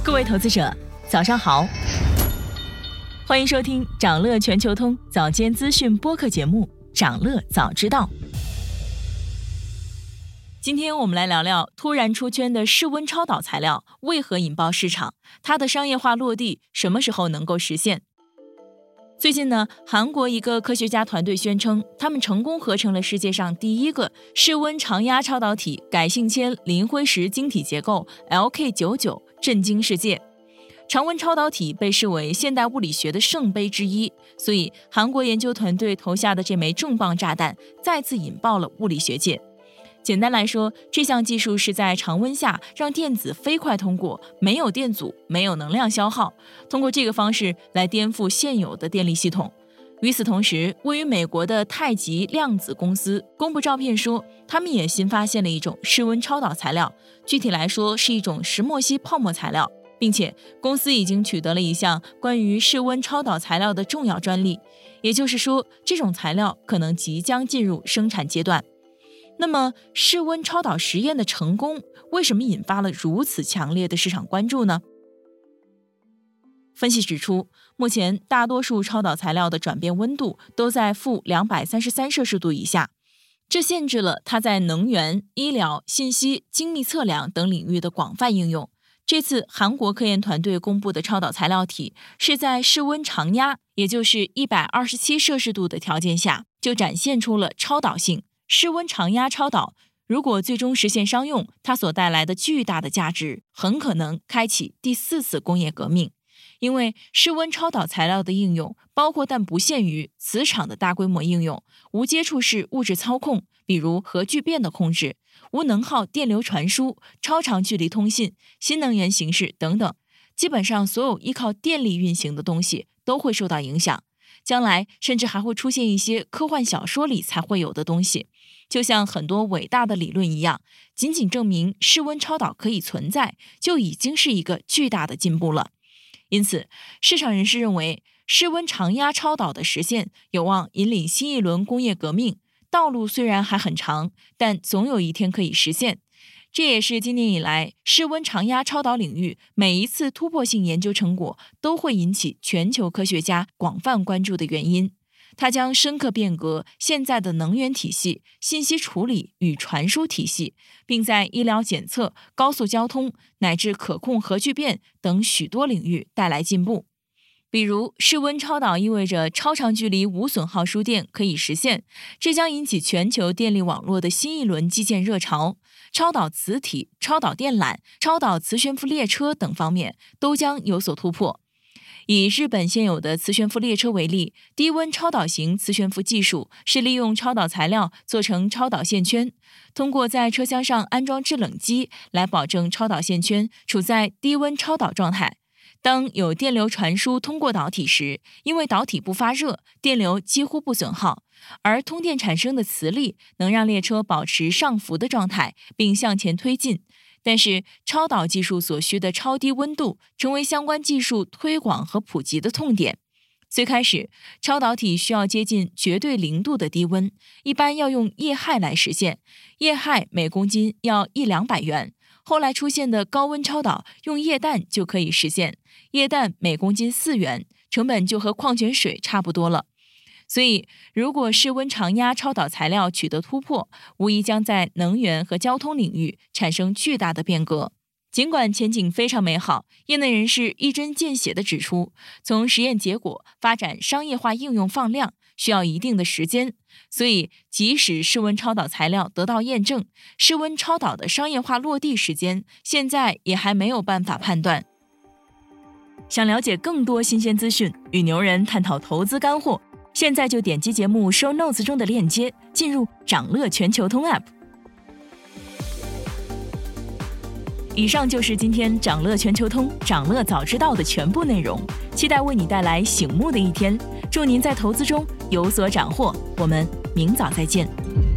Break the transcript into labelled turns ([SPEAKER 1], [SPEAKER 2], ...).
[SPEAKER 1] 各位投资者，早上好，欢迎收听长乐全球通早间资讯播客节目《长乐早知道》。今天我们来聊聊突然出圈的室温超导材料为何引爆市场，它的商业化落地什么时候能够实现？最近呢，韩国一个科学家团队宣称，他们成功合成了世界上第一个室温常压超导体改性铅磷灰石晶体结构 LK99， 震惊世界。常温超导体被视为现代物理学的圣杯之一，所以韩国研究团队投下的这枚重磅炸弹再次引爆了物理学界。简单来说，这项技术是在常温下让电子飞快通过，没有电阻，没有能量消耗，通过这个方式来颠覆现有的电力系统。与此同时，位于美国的太极量子公司公布照片说，他们也新发现了一种室温超导材料，具体来说是一种石墨烯泡沫材料，并且公司已经取得了一项关于室温超导材料的重要专利，也就是说，这种材料可能即将进入生产阶段。那么室温超导实验的成功为什么引发了如此强烈的市场关注呢？分析指出，目前大多数超导材料的转变温度都在-233摄氏度以下，这限制了它在能源、医疗、信息、精密测量等领域的广泛应用。这次韩国科研团队公布的超导材料体是在室温常压，也就是127摄氏度的条件下，就展现出了超导性。室温常压超导如果最终实现商用，它所带来的巨大的价值很可能开启第4次工业革命。因为室温超导材料的应用包括但不限于磁场的大规模应用、无接触式物质操控，比如核聚变的控制、无能耗电流传输、超长距离通信、新能源形式等等。基本上所有依靠电力运行的东西都会受到影响。将来甚至还会出现一些科幻小说里才会有的东西，就像很多伟大的理论一样，仅仅证明室温超导可以存在，就已经是一个巨大的进步了。因此，市场人士认为，室温常压超导的实现有望引领新一轮工业革命，道路虽然还很长，但总有一天可以实现。这也是今年以来室温常压超导领域每一次突破性研究成果都会引起全球科学家广泛关注的原因。它将深刻变革现在的能源体系、信息处理与传输体系，并在医疗检测、高速交通乃至可控核聚变等许多领域带来进步。比如，室温超导意味着超长距离无损耗输电可以实现，这将引起全球电力网络的新一轮基建热潮。超导磁体、超导电缆、超导磁悬浮列车等方面都将有所突破。以日本现有的磁悬浮列车为例，低温超导型磁悬浮技术是利用超导材料做成超导线圈，通过在车厢上安装制冷机来保证超导线圈处在低温超导状态。当有电流传输通过导体时，因为导体不发热，电流几乎不损耗，而通电产生的磁力能让列车保持上浮的状态并向前推进。但是超导技术所需的超低温度成为相关技术推广和普及的痛点。最开始，超导体需要接近绝对0度的低温，一般要用液氦来实现，液氦每公斤要100-200元。后来出现的高温超导用液氮就可以实现，液氮每公斤4元，成本就和矿泉水差不多了。所以，如果室温常压超导材料取得突破，无疑将在能源和交通领域产生巨大的变革。尽管前景非常美好，业内人士一针见血地指出，从实验结果发展商业化应用放量需要一定的时间，所以即使室温超导材料得到验证，室温超导的商业化落地时间现在也还没有办法判断。想了解更多新鲜资讯，与牛人探讨投资干货，现在就点击节目 show notes 中的链接，进入长乐全球通 app。以上就是今天长乐全球通长乐早知道的全部内容，期待为你带来醒目的一天，祝您在投资中有所斩获，我们明早再见。